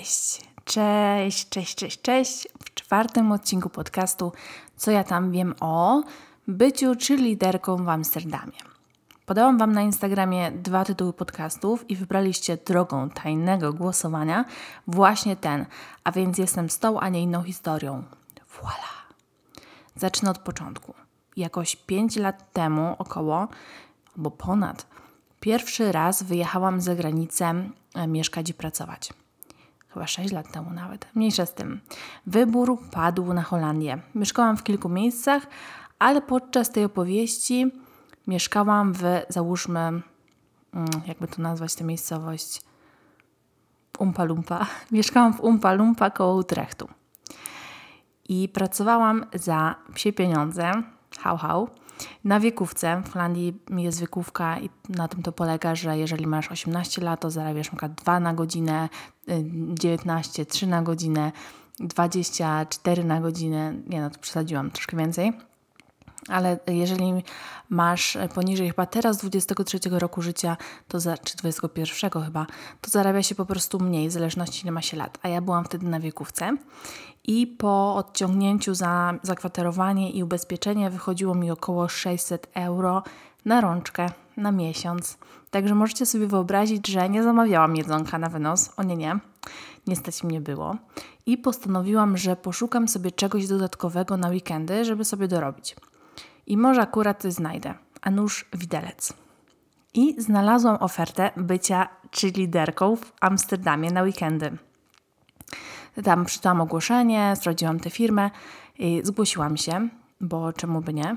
Cześć. W 4. odcinku podcastu Co ja tam wiem o byciu cheerleaderką w Amsterdamie. Podałam Wam na Instagramie 2 tytuły podcastów i wybraliście drogą tajnego głosowania właśnie ten, a więc jestem z tą, a nie inną historią. Voilà. Zacznę od początku. Jakoś 5 lat temu około, albo ponad, pierwszy raz wyjechałam za granicę mieszkać i pracować. Chyba 6 lat temu nawet. Mniejsza z tym. Wybór padł na Holandię. Mieszkałam w kilku miejscach, ale podczas tej opowieści mieszkałam w, załóżmy, jakby to nazwać tę miejscowość, Oompa Loompa. Mieszkałam w Oompa Loompa koło Utrechtu. I pracowałam za psie pieniądze, na wiekówce. W Holandii jest wiekówka i na tym to polega, że jeżeli masz 18 lat, to zarabiasz np. 2 na godzinę, 19, 3 na godzinę, 24 na godzinę. To przesadziłam troszkę więcej. Ale jeżeli masz poniżej chyba teraz 23 roku życia, czy 21 chyba, to zarabia się po prostu mniej, w zależności ile ma się lat. A ja byłam wtedy na wiekówce i po odciągnięciu za zakwaterowanie i ubezpieczenie wychodziło mi około 600 euro na rączkę na miesiąc. Także możecie sobie wyobrazić, że nie zamawiałam jedzonka na wynos. Nie stać mnie było. I postanowiłam, że poszukam sobie czegoś dodatkowego na weekendy, żeby sobie dorobić. I może akurat coś znajdę, a nuż widelec. I znalazłam ofertę bycia cheerleaderką w Amsterdamie na weekendy. Tam przeczytałam ogłoszenie, sprawdziłam tę firmę, zgłosiłam się, bo czemu by nie.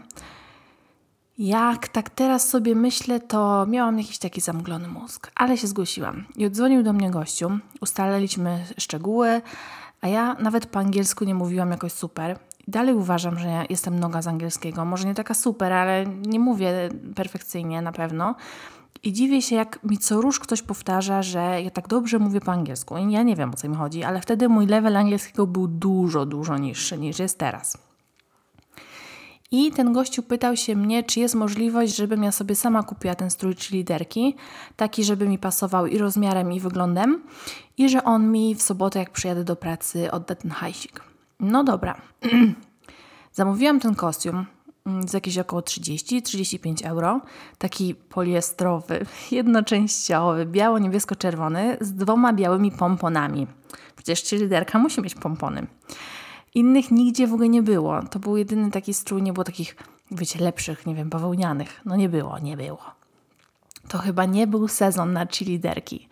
Jak tak teraz sobie myślę, to miałam jakiś taki zamglony mózg, ale się zgłosiłam. I odzwonił do mnie gościu, ustaliliśmy szczegóły, a ja nawet po angielsku nie mówiłam jakoś super. Dalej uważam, że ja jestem noga z angielskiego. Może nie taka super, ale nie mówię perfekcyjnie na pewno. I dziwię się, jak mi co róż ktoś powtarza, że ja tak dobrze mówię po angielsku. I ja nie wiem, o co mi chodzi, ale wtedy mój level angielskiego był dużo niższy niż jest teraz. I ten gościu pytał się mnie, czy jest możliwość, żebym ja sobie sama kupiła ten strój cheerleaderki, taki, żeby mi pasował i rozmiarem, i wyglądem, i że on mi w sobotę, jak przyjadę do pracy, odda ten hajsik. No dobra. Zamówiłam ten kostium za jakieś około 30-35 euro. Taki poliestrowy, jednoczęściowy, biało-niebiesko-czerwony z 2 białymi pomponami. Przecież cheerleaderka musi mieć pompony. Innych nigdzie w ogóle nie było. To był jedyny taki strój, nie było takich, lepszych, bawełnianych. No nie było. To chyba nie był sezon na cheerleaderki.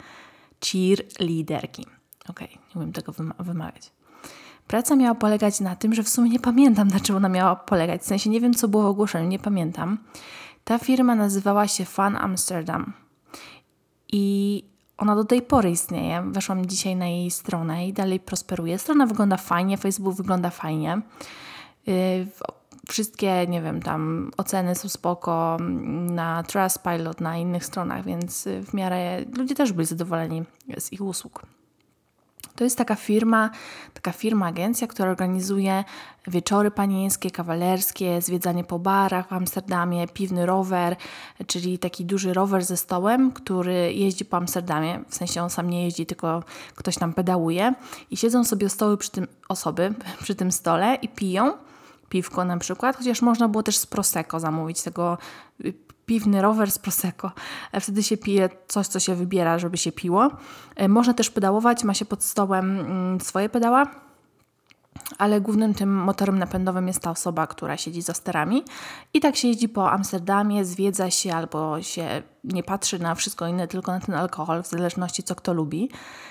Okej, nie umiem tego wymawiać. Praca miała polegać na tym, że w sumie nie pamiętam, na czym ona miała polegać. W sensie nie wiem, co było w ogłoszeniu, nie pamiętam. Ta firma nazywała się Fun Amsterdam. I ona do tej pory istnieje. Weszłam dzisiaj na jej stronę i dalej prosperuje. Strona wygląda fajnie, Facebook wygląda fajnie. Wszystkie, tam oceny są spoko na Trustpilot, na innych stronach, więc w miarę ludzie też byli zadowoleni z ich usług. To jest taka firma, agencja, która organizuje wieczory panieńskie, kawalerskie, zwiedzanie po barach w Amsterdamie, piwny rower, czyli taki duży rower ze stołem, który jeździ po Amsterdamie. W sensie on sam nie jeździ, tylko ktoś tam pedałuje i siedzą sobie osoby przy tym stole i piją piwko na przykład, chociaż można było też z Prosecco zamówić tego piwny rower z Prosecco. Wtedy się pije coś, co się wybiera, żeby się piło. Można też pedałować, ma się pod stołem swoje pedała, ale głównym tym motorem napędowym jest ta osoba, która siedzi za sterami. I tak się jeździ po Amsterdamie, zwiedza się albo się nie patrzy na wszystko inne, tylko na ten alkohol, w zależności co kto lubi.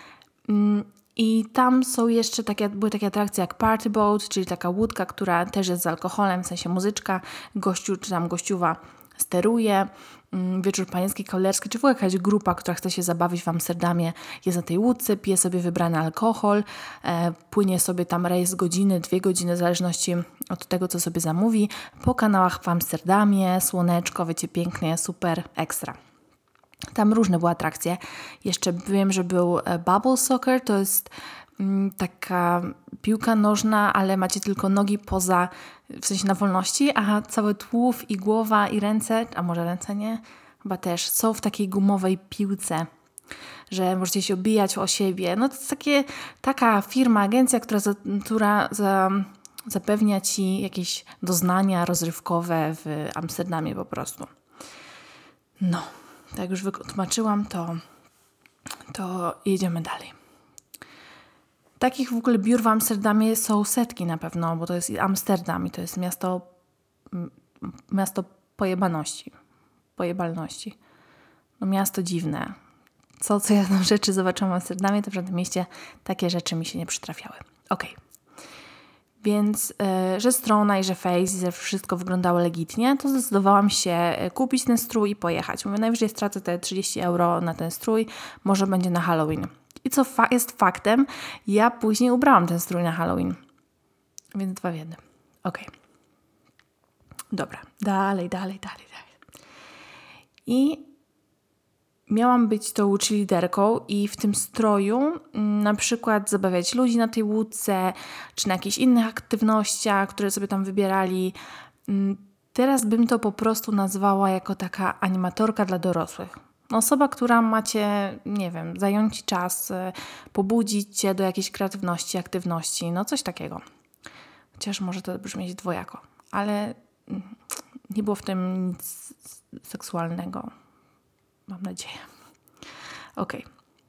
I tam są jeszcze były takie atrakcje jak Party Boat, czyli taka łódka, która też jest z alkoholem, w sensie muzyczka, gościu czy tam gościuwa steruje, wieczór panieński, kawalerski, czy w ogóle jakaś grupa, która chce się zabawić w Amsterdamie, jest na tej łódce, pije sobie wybrany alkohol, płynie sobie tam rejs godziny, 2 godziny, w zależności od tego, co sobie zamówi, po kanałach w Amsterdamie, słoneczko, pięknie, super, ekstra. Tam różne były atrakcje. Jeszcze wiem, że był bubble soccer, to jest taka piłka nożna, ale macie tylko nogi poza, w sensie na wolności, a cały tułów i głowa i ręce, a może ręce nie, chyba też, są w takiej gumowej piłce że możecie się obijać o siebie. No to jest taka firma, agencja, która zapewnia Ci jakieś doznania rozrywkowe w Amsterdamie po prostu. No, tak jak już wytłumaczyłam, to jedziemy dalej. Takich w ogóle biur w Amsterdamie są setki na pewno, bo to jest Amsterdam i to jest miasto pojebalności. No miasto dziwne. Co ja tam rzeczy zobaczyłam w Amsterdamie, to w żadnym mieście takie rzeczy mi się nie przytrafiały. Okej. Więc, że strona i że Face, że wszystko wyglądało legitnie, to zdecydowałam się kupić ten strój i pojechać. Mówię, najwyżej stracę te 30 euro na ten strój, może będzie na Halloween. I co jest faktem, ja później ubrałam ten strój na Halloween. Więc 2 w 1. Okej. Dobra, dalej. I miałam być tą cheerleaderką i w tym stroju na przykład zabawiać ludzi na tej łódce, czy na jakichś innych aktywnościach, które sobie tam wybierali. Teraz bym to po prostu nazwała jako taka animatorka dla dorosłych. Osoba, która macie, nie wiem, zająć Ci czas, pobudzić Cię do jakiejś kreatywności, aktywności, no coś takiego. Chociaż może to brzmieć dwojako, ale nie było w tym nic seksualnego. Mam nadzieję. Okej.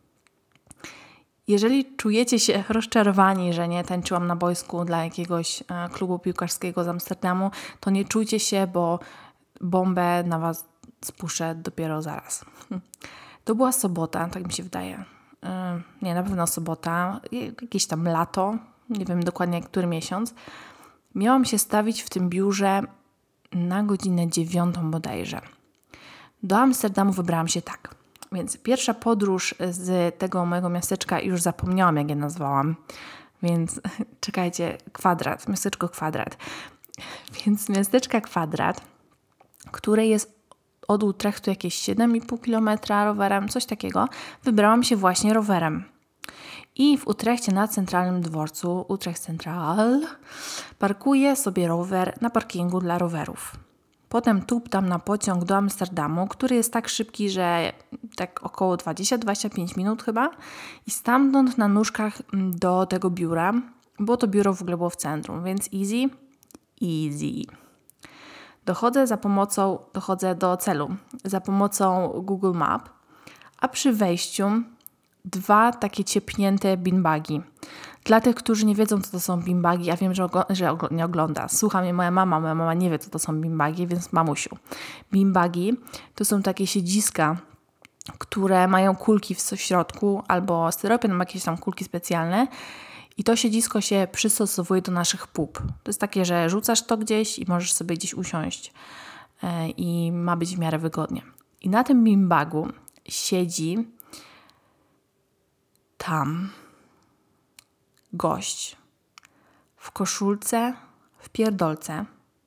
Jeżeli czujecie się rozczarowani, że nie tańczyłam na boisku dla jakiegoś klubu piłkarskiego z Amsterdamu, to nie czujcie się, bo bombę na Was spuszczę dopiero zaraz. To była sobota, tak mi się wydaje. Nie, na pewno sobota. Jakieś tam lato. Nie wiem dokładnie który miesiąc. Miałam się stawić w tym biurze na godzinę 9 bodajże. Do Amsterdamu wybrałam się tak. Więc pierwsza podróż z tego mojego miasteczka, już zapomniałam jak je nazwałam, więc czekajcie, miasteczko Kwadrat. Więc miasteczka Kwadrat, które jest od Utrechtu jakieś 7,5 km rowerem, coś takiego, wybrałam się właśnie rowerem. I w Utrechcie na centralnym dworcu, Utrecht Central, parkuję sobie rower na parkingu dla rowerów. Potem tuptam na pociąg do Amsterdamu, który jest tak szybki, że tak około 20-25 minut chyba. I stamtąd na nóżkach do tego biura, bo to biuro w ogóle było w centrum, więc easy. Dochodzę do celu za pomocą Google Map, a przy wejściu 2 takie ciepnięte beanbagi. Dla tych, którzy nie wiedzą, co to są beanbagi, ja wiem, że nie ogląda. Słucha mnie moja mama nie wie, co to są beanbagi, więc mamusiu. Beanbagi to są takie siedziska, które mają kulki w środku albo styropian, ma jakieś tam kulki specjalne i to siedzisko się przystosowuje do naszych pup. To jest takie, że rzucasz to gdzieś i możesz sobie gdzieś usiąść i ma być w miarę wygodnie. I na tym beanbagu siedzi tam gość w koszulce, w pierdolce,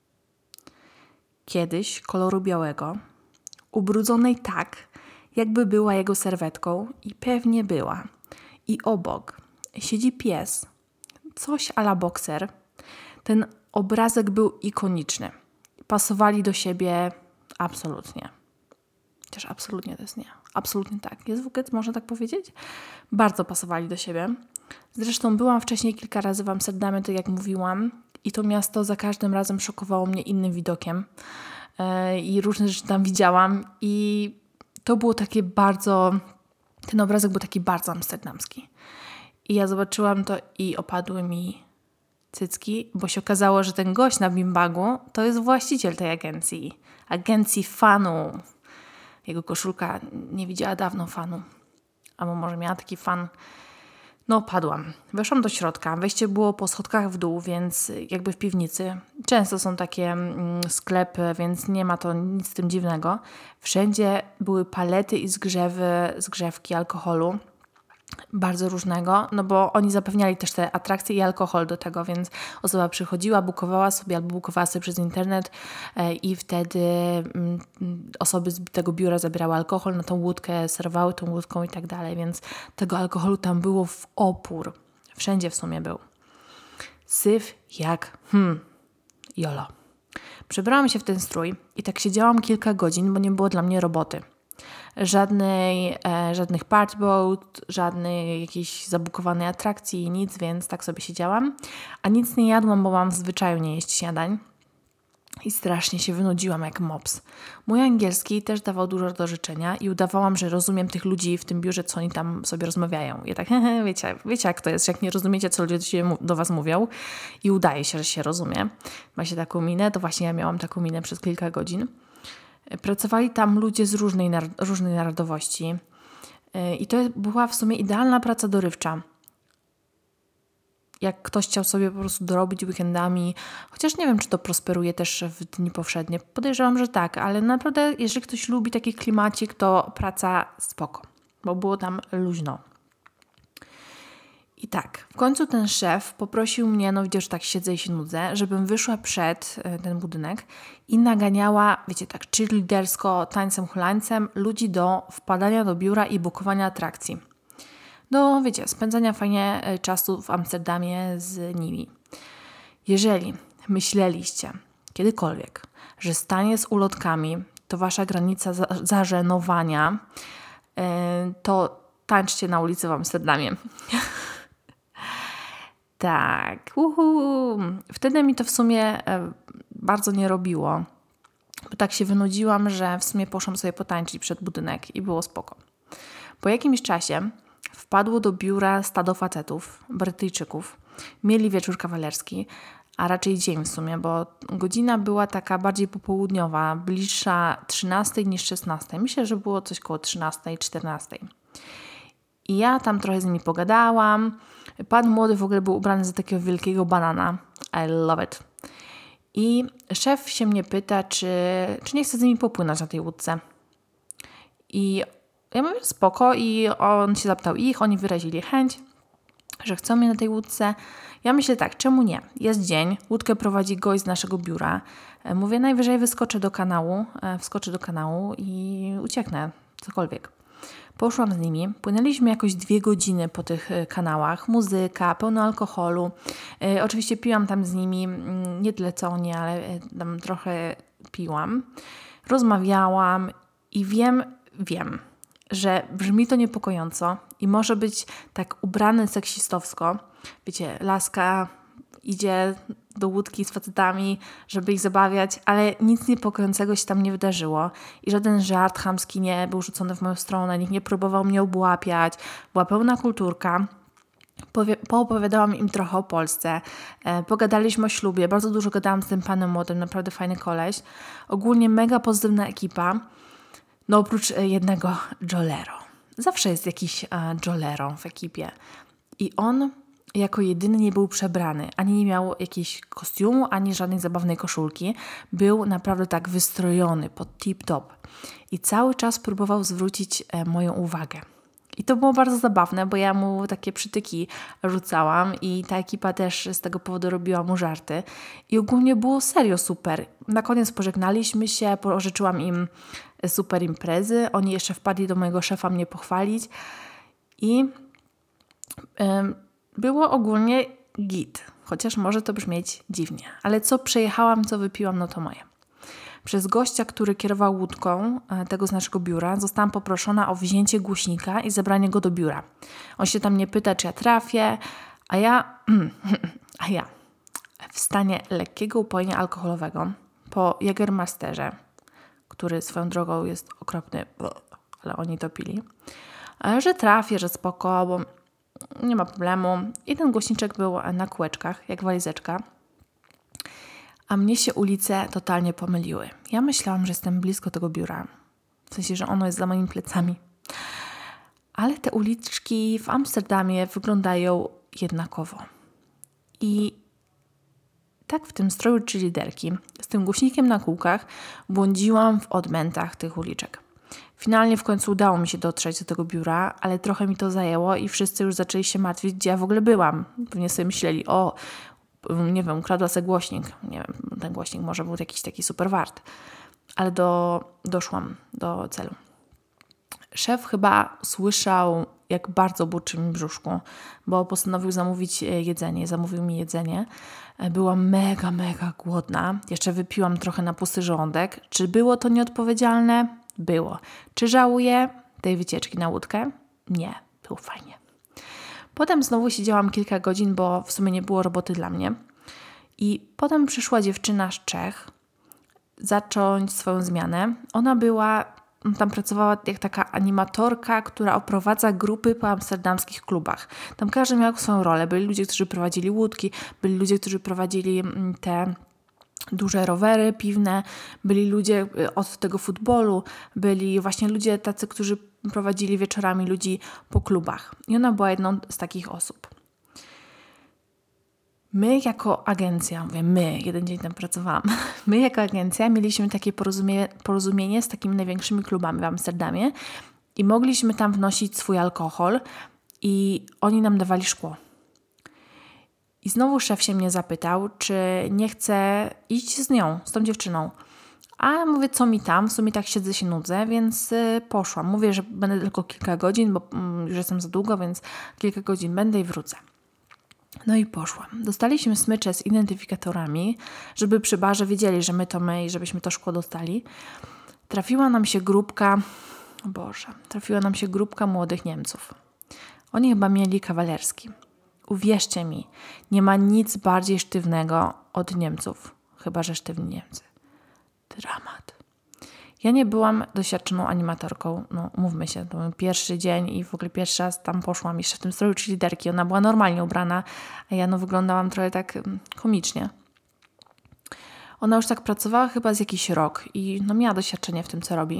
kiedyś koloru białego, ubrudzonej tak, jakby była jego serwetką i pewnie była. I obok siedzi pies, coś a la bokser. Ten obrazek był ikoniczny. Pasowali do siebie absolutnie. Chociaż absolutnie to jest nie. Absolutnie tak. Jest w ogóle, można tak powiedzieć? Bardzo pasowali do siebie. Zresztą byłam wcześniej kilka razy w Amsterdamie, tak jak mówiłam. I to miasto za każdym razem szokowało mnie innym widokiem. I różne rzeczy tam widziałam. I to było takie ten obrazek był taki bardzo amsterdamski. I ja zobaczyłam to i opadły mi cycki, bo się okazało, że ten gość na beanbagu to jest właściciel tej agencji fanu. Jego koszulka nie widziała dawno fanu. Albo może miała taki fan. No, padłam. Weszłam do środka. Wejście było po schodkach w dół, więc jakby w piwnicy. Często są takie sklepy, więc nie ma to nic z tym dziwnego. Wszędzie były palety i zgrzewki alkoholu. Bardzo różnego, no bo oni zapewniali też te atrakcje i alkohol do tego, więc osoba przychodziła, bukowała sobie albo bukowała sobie przez internet i wtedy osoby z tego biura zabierały alkohol na tą łódkę, serwowały tą łódką i tak dalej, więc tego alkoholu tam było w opór. Wszędzie w sumie był. Syf jak jolo. Przebrałam się w ten strój i tak siedziałam kilka godzin, bo nie było dla mnie roboty. Żadnych party boat, żadnej jakiejś zabukowanej atrakcji, nic, więc tak sobie siedziałam. A nic nie jadłam, bo mam w zwyczaju nie jeść śniadań. I strasznie się wynudziłam jak mops. Mój angielski też dawał dużo do życzenia i udawałam, że rozumiem tych ludzi w tym biurze, co oni tam sobie rozmawiają. I tak, wiecie jak to jest, jak nie rozumiecie, co ludzie do was mówią i udaje się, że się rozumie. Ma się taką minę, to właśnie ja miałam taką minę przez kilka godzin. Pracowali tam ludzie z różnej narodowości i to była w sumie idealna praca dorywcza. Jak ktoś chciał sobie po prostu dorobić weekendami, chociaż nie wiem, czy to prosperuje też w dni powszednie. Podejrzewam, że tak, ale naprawdę, jeżeli ktoś lubi taki klimacik, to praca spoko, bo było tam luźno. I tak, w końcu ten szef poprosił mnie, no widzisz, że tak siedzę i się nudzę, żebym wyszła przed ten budynek i naganiała, wiecie, tak cheerleadersko, tańcem, hulańcem ludzi do wpadania do biura i bukowania atrakcji. Do, wiecie, spędzania fajnie czasu w Amsterdamie z nimi. Jeżeli myśleliście kiedykolwiek, że stanie z ulotkami to wasza granica zażenowania, to tańczcie na ulicy w Amsterdamie. Tak, wtedy mi to w sumie bardzo nie robiło, bo tak się wynudziłam, że w sumie poszłam sobie potańczyć przed budynek i było spoko. Po jakimś czasie wpadło do biura stado facetów, Brytyjczyków. Mieli wieczór kawalerski, a raczej dzień w sumie, bo godzina była taka bardziej popołudniowa, bliższa 13 niż 16. Myślę, że było coś koło 13, 14. I ja tam trochę z nimi pogadałam. Pan młody w ogóle był ubrany za takiego wielkiego banana. I love it. I szef się mnie pyta, czy nie chce z nimi popłynąć na tej łódce. I ja mówię, spoko. I on się zapytał ich, oni wyrazili chęć, że chcą mnie na tej łódce. Ja myślę tak, czemu nie? Jest dzień, łódkę prowadzi gość z naszego biura. Mówię, najwyżej wskoczę do kanału i ucieknę, cokolwiek. Poszłam z nimi, płynęliśmy jakoś 2 godziny po tych kanałach, muzyka, pełno alkoholu. Oczywiście piłam tam z nimi, nie tyle co oni, ale tam trochę piłam. Rozmawiałam i wiem, że brzmi to niepokojąco i może być tak ubrany seksistowsko. Wiecie, laska idzie do łódki z facetami, żeby ich zabawiać, ale nic niepokojącego się tam nie wydarzyło i żaden żart chamski nie był rzucony w moją stronę, nikt nie próbował mnie obłapiać, była pełna kulturka. Poopowiadałam im trochę o Polsce, pogadaliśmy o ślubie, bardzo dużo gadałam z tym panem młodym, naprawdę fajny koleś. Ogólnie mega pozytywna ekipa, no oprócz jednego Jolero. Zawsze jest jakiś Jolero w ekipie i on jako jedyny nie był przebrany, ani nie miał jakiegoś kostiumu, ani żadnej zabawnej koszulki. Był naprawdę tak wystrojony pod tip-top i cały czas próbował zwrócić moją uwagę. I to było bardzo zabawne, bo ja mu takie przytyki rzucałam i ta ekipa też z tego powodu robiła mu żarty. I ogólnie było serio super. Na koniec pożegnaliśmy się, pożyczyłam im super imprezy. Oni jeszcze wpadli do mojego szefa mnie pochwalić i było ogólnie git, chociaż może to brzmieć dziwnie. Ale co przejechałam, co wypiłam, no to moje. Przez gościa, który kierował łódką tego z naszego biura, zostałam poproszona o wzięcie głośnika i zabranie go do biura. On się tam mnie pyta, czy ja trafię, a ja w stanie lekkiego upojenia alkoholowego po Jägermeisterze, który swoją drogą jest okropny, ale oni to pili, że trafię, że spoko, bo nie ma problemu. I ten głośniczek był na kółeczkach, jak walizeczka. A mnie się ulice totalnie pomyliły. Ja myślałam, że jestem blisko tego biura. W sensie, że ono jest za moimi plecami. Ale te uliczki w Amsterdamie wyglądają jednakowo. I tak w tym stroju cheerleaderki, z tym głośnikiem na kółkach, błądziłam w odmętach tych uliczek. Finalnie w końcu udało mi się dotrzeć do tego biura, ale trochę mi to zajęło i wszyscy już zaczęli się martwić, gdzie ja w ogóle byłam. Pewnie sobie myśleli, nie wiem, ukradła sobie głośnik. Nie wiem, ten głośnik może był jakiś taki super wart. Ale doszłam do celu. Szef chyba słyszał, jak bardzo burczy mi w brzuszku, bo postanowił zamówić jedzenie. Zamówił mi jedzenie. Byłam mega, mega głodna. Jeszcze wypiłam trochę na pusty żołądek. Czy było to nieodpowiedzialne? było. Czy żałuję tej wycieczki na łódkę? Nie, było fajnie. Potem znowu siedziałam kilka godzin, bo w sumie nie było roboty dla mnie. I potem przyszła dziewczyna z Czech zacząć swoją zmianę. Ona tam pracowała jak taka animatorka, która oprowadza grupy po amsterdamskich klubach. Tam każdy miał swoją rolę. Byli ludzie, którzy prowadzili łódki, byli ludzie, którzy prowadzili te duże rowery piwne, byli ludzie od tego futbolu, byli właśnie ludzie tacy, którzy prowadzili wieczorami ludzi po klubach. I ona była jedną z takich osób. My jako agencja, jeden dzień tam pracowałam, my jako agencja mieliśmy takie porozumienie z takimi największymi klubami w Amsterdamie i mogliśmy tam wnosić swój alkohol i oni nam dawali szkło. I znowu szef się mnie zapytał, czy nie chcę iść z tą dziewczyną. A mówię, co mi tam, w sumie tak siedzę, się nudzę, więc poszłam. Mówię, że będę tylko kilka godzin, bo już jestem za długo, więc kilka godzin będę i wrócę. No i poszłam. Dostaliśmy smycze z identyfikatorami, żeby przy barze wiedzieli, że my to my i żebyśmy to szkło dostali. Trafiła nam się grupka młodych Niemców. Oni chyba mieli kawalerski. Uwierzcie mi, nie ma nic bardziej sztywnego od Niemców, chyba że sztywni Niemcy. Dramat. Ja nie byłam doświadczoną animatorką, umówmy się, to był pierwszy dzień i w ogóle pierwszy raz tam poszłam jeszcze w tym stroju cheerleaderki. Ona była normalnie ubrana, a ja wyglądałam trochę tak komicznie. Ona już tak pracowała chyba z jakiś rok i miała doświadczenie w tym, co robi.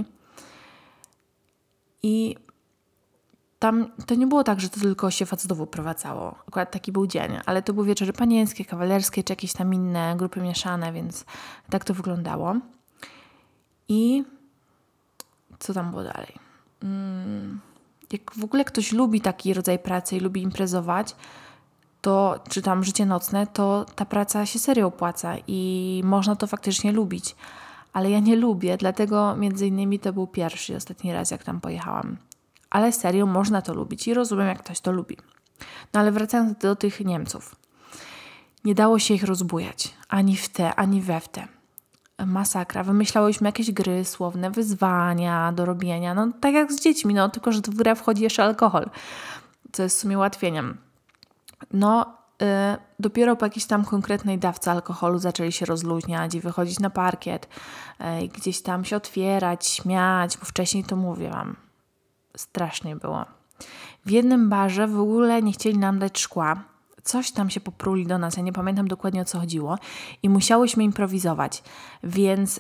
I tam to nie było tak, że to tylko się facetów uprowadzało. Akurat taki był dzień, ale to były wieczory panieńskie, kawalerskie, czy jakieś tam inne grupy mieszane, więc tak to wyglądało. I co tam było dalej? Jak w ogóle ktoś lubi taki rodzaj pracy i lubi imprezować, to, czy tam życie nocne, to ta praca się serio opłaca i można to faktycznie lubić. Ale ja nie lubię, dlatego między innymi to był pierwszy i ostatni raz, jak tam pojechałam. Ale serio można to lubić i rozumiem, jak ktoś to lubi. No ale wracając do tych Niemców. Nie dało się ich rozbujać. Ani w te, ani we w te. Masakra. Wymyślałyśmy jakieś gry słowne, wyzwania do robienia. Tak jak z dziećmi, tylko że w grę wchodzi jeszcze alkohol. Co jest w sumie ułatwieniem. Dopiero po jakiejś tam konkretnej dawce alkoholu zaczęli się rozluźniać i wychodzić na parkiet. Gdzieś tam się otwierać, śmiać, bo wcześniej to mówię wam. Strasznie było. W jednym barze w ogóle nie chcieli nam dać szkła. Coś tam się popruli do nas, ja nie pamiętam dokładnie, o co chodziło i musiałyśmy improwizować, więc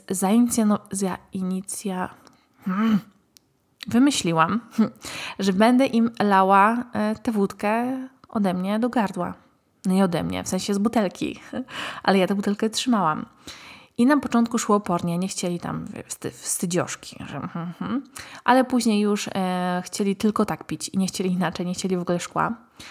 wymyśliłam, że będę im lała tę wódkę ode mnie do gardła. No nie ode mnie, w sensie z butelki, ale ja tę butelkę trzymałam. I na początku szło opornie, nie chcieli tam wstydzioszki, ale później już chcieli tylko tak pić i nie chcieli inaczej, nie chcieli w ogóle szkła.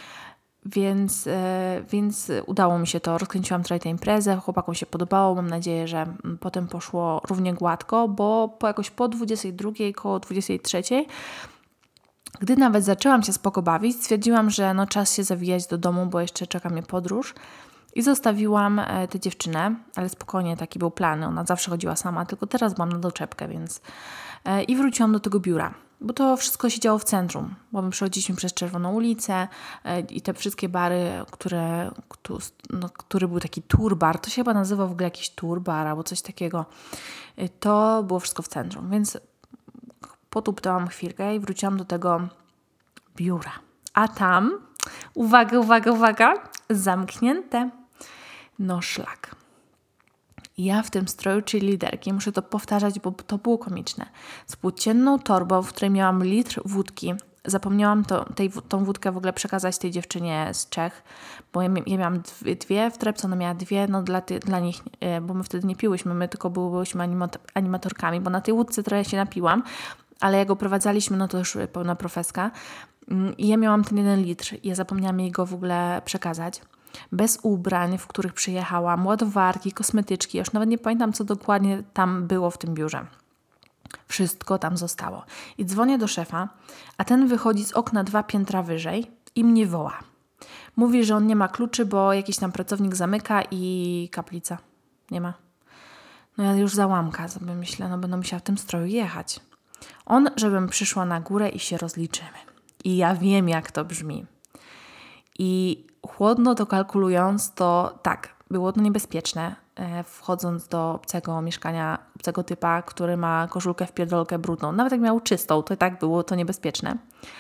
Więc udało mi się to, rozkręciłam trochę tę imprezę, chłopakom się podobało, mam nadzieję, że potem poszło równie gładko, bo po 22, koło 23, gdy nawet zaczęłam się spoko bawić, stwierdziłam, że czas się zawijać do domu, bo jeszcze czeka mnie podróż i zostawiłam tę dziewczynę, ale spokojnie, taki był plan, ona zawsze chodziła sama, tylko teraz byłam na doczepkę, więc i wróciłam do tego biura. Bo to wszystko się działo w centrum, bo my przechodziliśmy przez Czerwoną ulicę i te wszystkie bary, który był taki turbar, to się chyba nazywał w ogóle jakiś turbar albo coś takiego, to było wszystko w centrum, więc potuptałam chwilkę i wróciłam do tego biura. A tam, uwaga, zamknięte. Szlak. Ja w tym stroju cheerleaderki, muszę to powtarzać, bo to było komiczne, z płócienną torbą, w której miałam litr wódki. Zapomniałam tą wódkę w ogóle przekazać tej dziewczynie z Czech, bo ja miałam dwie w torebce, ona miała dwie, dla nich, bo my wtedy nie piłyśmy, my tylko byłyśmy animatorkami, bo na tej łódce trochę się napiłam, ale jak go prowadzaliśmy, to już pełna profeska i ja miałam ten 1 litr i ja zapomniałam jej go w ogóle przekazać. Bez ubrań, w których przyjechałam, ładowarki, kosmetyczki. Ja już nawet nie pamiętam, co dokładnie tam było w tym biurze. Wszystko tam zostało. I dzwonię do szefa, a ten wychodzi z okna 2 piętra wyżej i mnie woła. Mówi, że on nie ma kluczy, bo jakiś tam pracownik zamyka i kaplica. Nie ma. Ja już załamka sobie myślę, będę musiała w tym stroju jechać. żebym przyszła na górę i się rozliczymy. I ja wiem, jak to brzmi. I chłodno to kalkulując, to tak, było to niebezpieczne, wchodząc do obcego mieszkania, obcego typa, który ma koszulkę w pierdolkę brudną. Nawet jak miał czystą, to i tak było to niebezpieczne.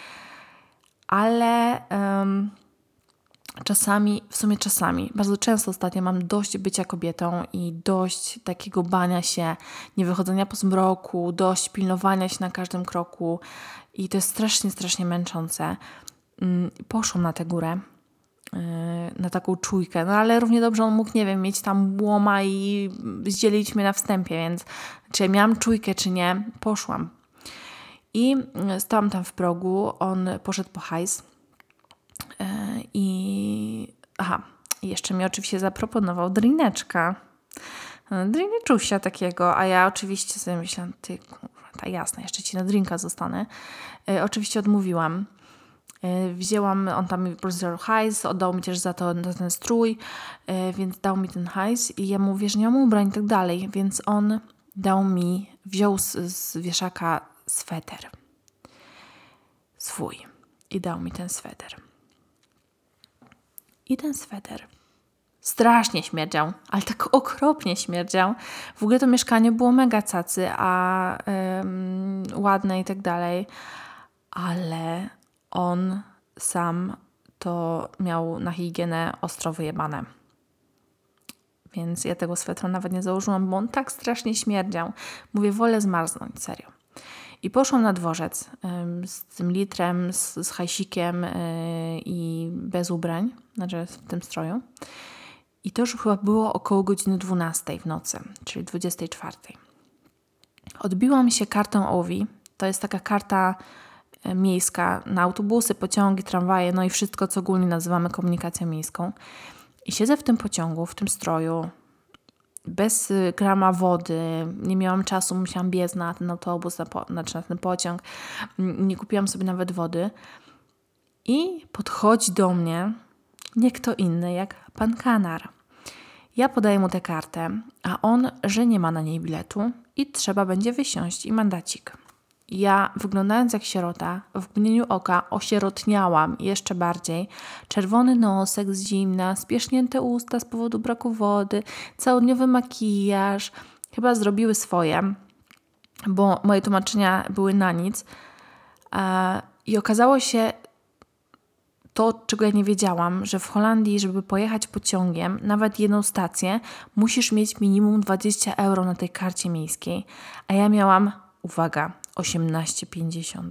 Ale czasami, bardzo często ostatnio mam dość bycia kobietą i dość takiego bania się, niewychodzenia po zmroku, dość pilnowania się na każdym kroku i to jest strasznie, strasznie męczące. Poszłam na tę górę, na taką czujkę, no ale równie dobrze on mógł, nie wiem, mieć tam łoma i zdzielić mnie na wstępie, więc czy ja miałam czujkę, czy nie, poszłam. I stałam tam w progu, on poszedł po hajs i jeszcze mi oczywiście zaproponował drineczka. Drineczusia takiego, a ja oczywiście sobie myślałam, ty kurwa, jasne, jeszcze ci na drinka zostanę. Oczywiście odmówiłam. Wzięłam, on tam mi rozdział hajs, oddał mi też za ten strój, więc dał mi ten hajs i ja mu, wiesz, nie mam ubrań i tak dalej, więc on wziął z wieszaka sweter swój i dał mi ten sweter. I ten sweter strasznie śmierdział, ale tak okropnie śmierdział. W ogóle to mieszkanie było mega cacy, a ładne i tak dalej, ale on sam to miał na higienę ostro wyjebane. Więc ja tego swetra nawet nie założyłam, bo on tak strasznie śmierdział. Mówię, wolę zmarznąć, serio. I poszłam na dworzec z tym litrem, z hajsikiem i bez ubrań, znaczy w tym stroju. I to już chyba było około godziny 12 w nocy, czyli 24. Odbiłam się kartą OVI. To jest taka karta miejska na autobusy, pociągi, tramwaje, no i wszystko, co ogólnie nazywamy komunikacją miejską. I siedzę w tym pociągu, w tym stroju, bez grama wody, nie miałam czasu, musiałam biec na ten autobus, na ten pociąg, nie kupiłam sobie nawet wody. I podchodzi do mnie nie kto inny jak pan Kanar. Ja podaję mu tę kartę, a on, że nie ma na niej biletu i trzeba będzie wysiąść i mandacik. Ja, wyglądając jak sierota, w mgnieniu oka osierotniałam jeszcze bardziej. Czerwony nosek z zimna, spierzchnięte usta z powodu braku wody, całodniowy makijaż. Chyba zrobiły swoje, bo moje tłumaczenia były na nic. I okazało się to, czego ja nie wiedziałam, że w Holandii, żeby pojechać pociągiem, nawet jedną stację, musisz mieć minimum 20 euro na tej karcie miejskiej. A ja miałam, uwaga, 18,50.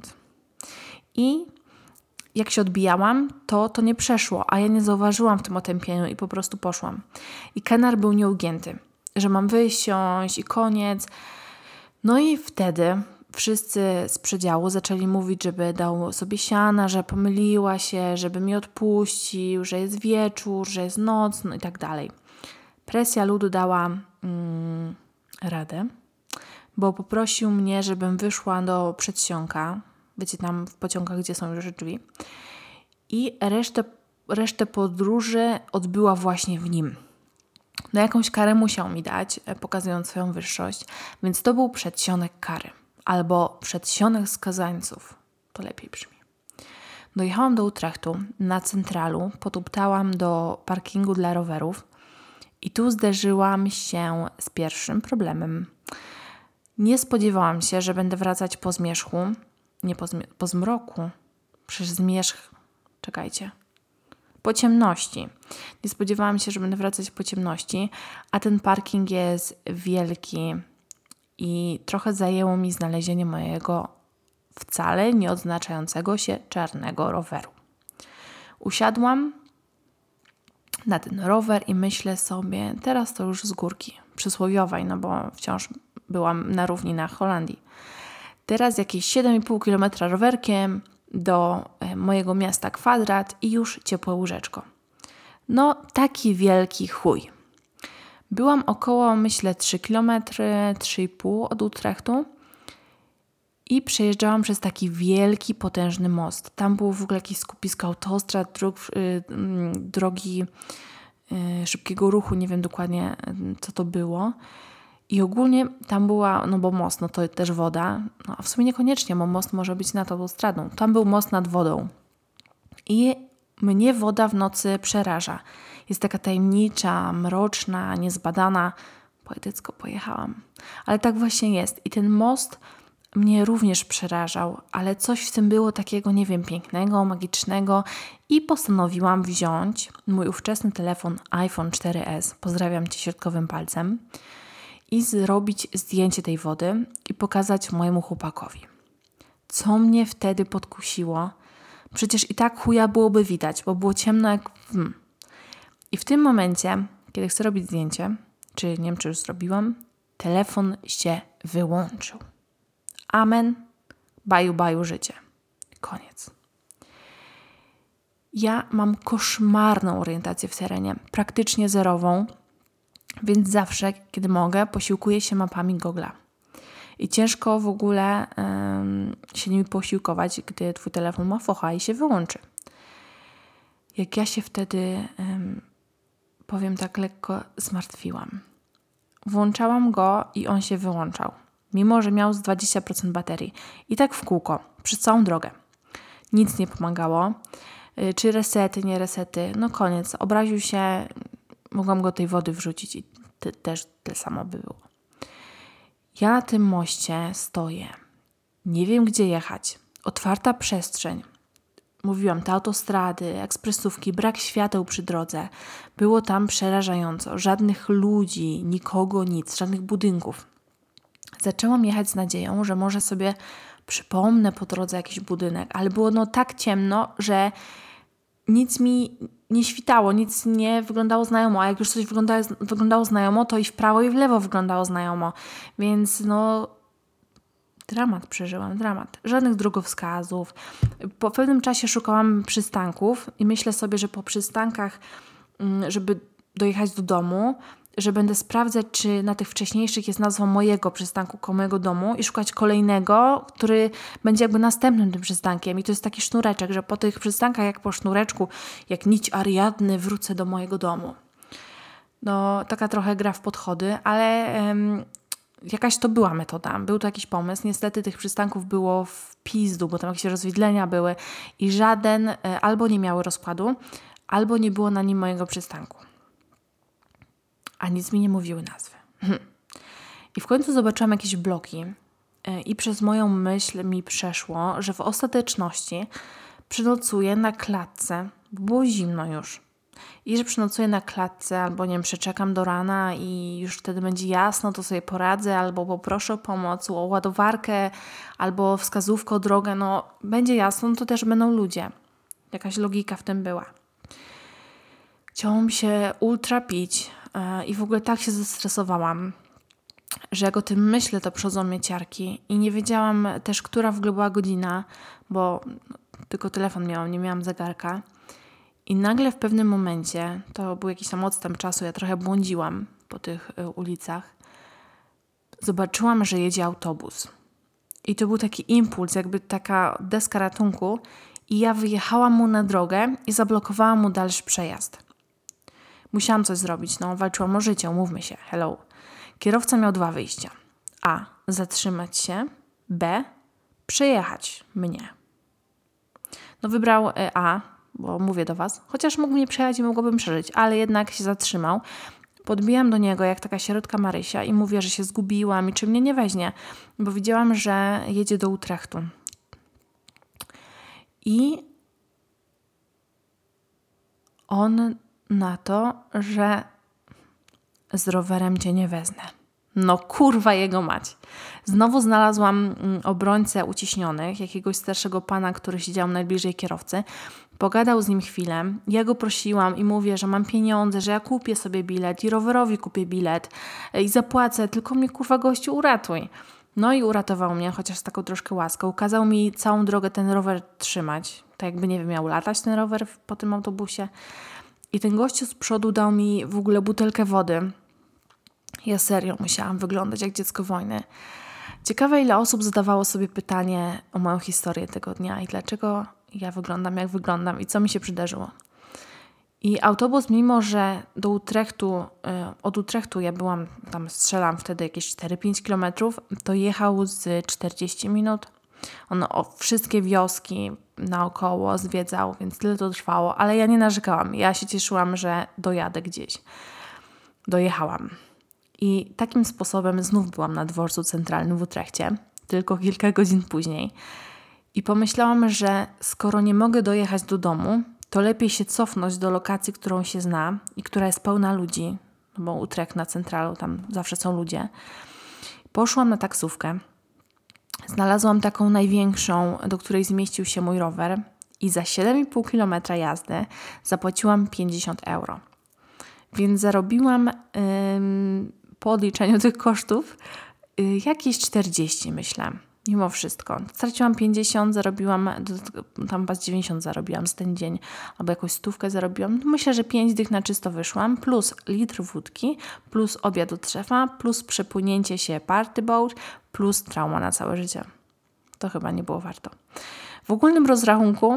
I jak się odbijałam, to nie przeszło, a ja nie zauważyłam w tym otępieniu i po prostu poszłam. I Kanar był nieugięty, że mam wysiąść i koniec. No i wtedy wszyscy z przedziału zaczęli mówić, żeby dał sobie siana, że pomyliła się, żeby mi odpuścił, że jest wieczór, że jest noc, no i tak dalej. Presja ludu dała radę, bo poprosił mnie, żebym wyszła do przedsionka, wiecie, tam w pociągach, gdzie są już drzwi, i resztę podróży odbyła właśnie w nim. No jakąś karę musiał mi dać, pokazując swoją wyższość, więc to był przedsionek kary, albo przedsionek skazańców, to lepiej brzmi. Dojechałam do Utrechtu, na centralu, potuptałam do parkingu dla rowerów i tu zderzyłam się z pierwszym problemem. Nie spodziewałam się, że będę wracać po zmierzchu, po zmroku, przecież zmierzch, czekajcie, po ciemności. Nie spodziewałam się, że będę wracać po ciemności, a ten parking jest wielki i trochę zajęło mi znalezienie mojego wcale nie odznaczającego się czarnego roweru. Usiadłam na ten rower i myślę sobie, teraz to już z górki przysłowiowej, no bo wciąż byłam na równинach Holandii. Teraz jakieś 7,5 km rowerkiem do mojego miasta Kwadrat i już ciepłe łóżeczko. No taki wielki chuj. Byłam około, myślę, 3 km, 3,5 od Utrechtu i przejeżdżałam przez taki wielki, potężny most. Tam było w ogóle jakieś skupisko autostrad, drogi szybkiego ruchu, nie wiem dokładnie co to było. I ogólnie tam była, no bo most, no to też woda, no a w sumie niekoniecznie, bo most może być nad autostradą. Tam był most nad wodą. I mnie woda w nocy przeraża. Jest taka tajemnicza, mroczna, niezbadana. Poetycko pojechałam. Ale tak właśnie jest. I ten most mnie również przerażał, ale coś w tym było takiego, nie wiem, pięknego, magicznego i postanowiłam wziąć mój ówczesny telefon iPhone 4S, pozdrawiam Cię środkowym palcem, i zrobić zdjęcie tej wody i pokazać mojemu chłopakowi. Co mnie wtedy podkusiło? Przecież i tak chuja byłoby widać, bo było ciemno jak... I w tym momencie, kiedy chcę robić zdjęcie, czy nie wiem, czy już zrobiłam, telefon się wyłączył. Amen. Baju, baju życie. Koniec. Ja mam koszmarną orientację w terenie, praktycznie zerową, więc zawsze, kiedy mogę, posiłkuję się mapami Google'a. I ciężko w ogóle się nimi posiłkować, gdy twój telefon ma focha i się wyłączy. Jak ja się wtedy, powiem tak lekko, zmartwiłam. Włączałam go i on się wyłączał, mimo że miał z 20% baterii. I tak w kółko, przez całą drogę. Nic nie pomagało. Czy resety, nie resety, no koniec. Obraził się, mogłam go tej wody wrzucić i też tyle samo by było. Ja na tym moście stoję. Nie wiem, gdzie jechać. Otwarta przestrzeń. Mówiłam, te autostrady, ekspresówki, brak świateł przy drodze. Było tam przerażająco. Żadnych ludzi, nikogo, nic, żadnych budynków. Zaczęłam jechać z nadzieją, że może sobie przypomnę po drodze jakiś budynek, ale było tak ciemno, że nic mi nie świtało, nic nie wyglądało znajomo, a jak już coś wyglądało znajomo, to i w prawo i w lewo wyglądało znajomo. Więc dramat przeżyłam, dramat. Żadnych drogowskazów. Po pewnym czasie szukałam przystanków i myślę sobie, że po przystankach, żeby dojechać do domu, że będę sprawdzać, czy na tych wcześniejszych jest nazwa mojego przystanku koło mojego domu i szukać kolejnego, który będzie jakby następnym tym przystankiem. I to jest taki sznureczek, że po tych przystankach, jak po sznureczku, jak nić Ariadny, wrócę do mojego domu. No, taka trochę gra w podchody, ale jakaś to była metoda. Był to jakiś pomysł. Niestety tych przystanków było w pizdu, bo tam jakieś rozwidlenia były i żaden albo nie miały rozkładu, albo nie było na nim mojego przystanku. A nic mi nie mówiły nazwy. I w końcu zobaczyłam jakieś bloki i przez moją myśl mi przeszło, że w ostateczności przenocuję na klatce, bo było zimno już. I że przenocuję na klatce albo, nie wiem, przeczekam do rana i już wtedy będzie jasno, to sobie poradzę, albo poproszę o pomoc, o ładowarkę, albo wskazówkę o drogę. No, będzie jasno, no to też będą ludzie. Jakaś logika w tym była. Chciało mi się ultra pić i w ogóle tak się zestresowałam, że jak o tym myślę, to przychodzą mnie ciarki i nie wiedziałam też, która w ogóle była godzina, bo tylko telefon miałam, nie miałam zegarka. I nagle w pewnym momencie, to był jakiś tam odstęp czasu, ja trochę błądziłam po tych ulicach, zobaczyłam, że jedzie autobus. I to był taki impuls, jakby taka deska ratunku i ja wyjechałam mu na drogę i zablokowałam mu dalszy przejazd. Musiałam coś zrobić, walczyłam o życie, umówmy się, hello. Kierowca miał 2 wyjścia. A. Zatrzymać się. B. Przejechać mnie. Wybrał A, bo mówię do Was, chociaż mógł mnie przejechać i mogłabym przeżyć, ale jednak się zatrzymał. Podbijam do niego jak taka sierotka Marysia i mówię, że się zgubiłam i czy mnie nie weźmie, bo widziałam, że jedzie do Utrechtu. I on na to, że z rowerem Cię nie wezmę. No kurwa jego mać. Znowu znalazłam obrońcę uciśnionych, jakiegoś starszego pana, który siedział najbliżej kierowcy. Pogadał z nim chwilę. Ja go prosiłam i mówię, że mam pieniądze, że ja kupię sobie bilet i rowerowi kupię bilet i zapłacę, tylko mnie kurwa gościu uratuj. No i uratował mnie, chociaż z taką troszkę łaską. Kazał mi całą drogę ten rower trzymać. Tak jakby, nie wiem, miał latać ten rower po tym autobusie. I ten gościu z przodu dał mi w ogóle butelkę wody. Ja serio musiałam wyglądać jak dziecko wojny. Ciekawe, ile osób zadawało sobie pytanie o moją historię tego dnia i dlaczego ja wyglądam jak wyglądam i co mi się przydarzyło. I autobus, mimo że do Utrechtu, od Utrechtu ja byłam, tam strzelam wtedy jakieś 4-5 kilometrów, to jechał z 40 minut. On wszystkie wioski naokoło zwiedzał, więc tyle to trwało, ale ja nie narzekałam. Ja się cieszyłam, że dojadę gdzieś. Dojechałam. I takim sposobem znów byłam na dworcu centralnym w Utrechcie, tylko kilka godzin później. I pomyślałam, że skoro nie mogę dojechać do domu, to lepiej się cofnąć do lokacji, którą się zna i która jest pełna ludzi, bo Utrecht na centralu, tam zawsze są ludzie. Poszłam na taksówkę. Znalazłam taką największą, do której zmieścił się mój rower i za 7,5 km jazdy zapłaciłam 50 euro. Więc zarobiłam po odliczeniu tych kosztów jakieś 40, myślę. Mimo wszystko. Straciłam 50, zarobiłam, tam chyba 90 zarobiłam z ten dzień, albo jakąś 100 zarobiłam. Myślę, że 5 dych na czysto wyszłam, plus litr wódki, plus obiad od szefa, plus przepłynięcie się party boat, plus trauma na całe życie. To chyba nie było warto. W ogólnym rozrachunku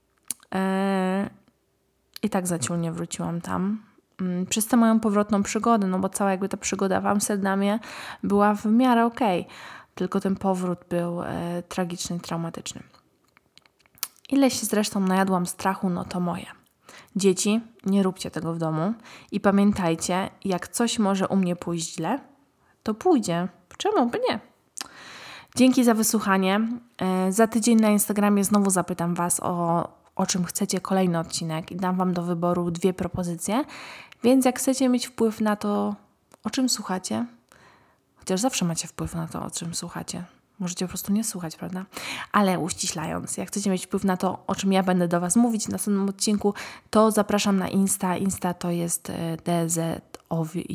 i tak zaciulnie wróciłam tam. Przez tę moją powrotną przygodę, no bo cała jakby ta przygoda w Amsterdamie była w miarę okej. Tylko ten powrót był tragiczny i traumatyczny. Ile się zresztą najadłam strachu, no to moje. Dzieci, nie róbcie tego w domu i pamiętajcie, jak coś może u mnie pójść źle, to pójdzie. Czemu by nie? Dzięki za wysłuchanie. Za tydzień na Instagramie znowu zapytam Was o czym chcecie kolejny odcinek i dam Wam do wyboru 2 propozycje, więc jak chcecie mieć wpływ na to, o czym słuchacie, chociaż zawsze macie wpływ na to, o czym słuchacie. Możecie po prostu nie słuchać, prawda? Ale uściślając, jak chcecie mieć wpływ na to, o czym ja będę do Was mówić w następnym odcinku, to zapraszam na Insta. Insta to jest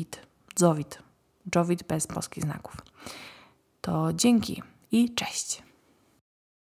Dzowit bez polskich znaków. To dzięki i cześć!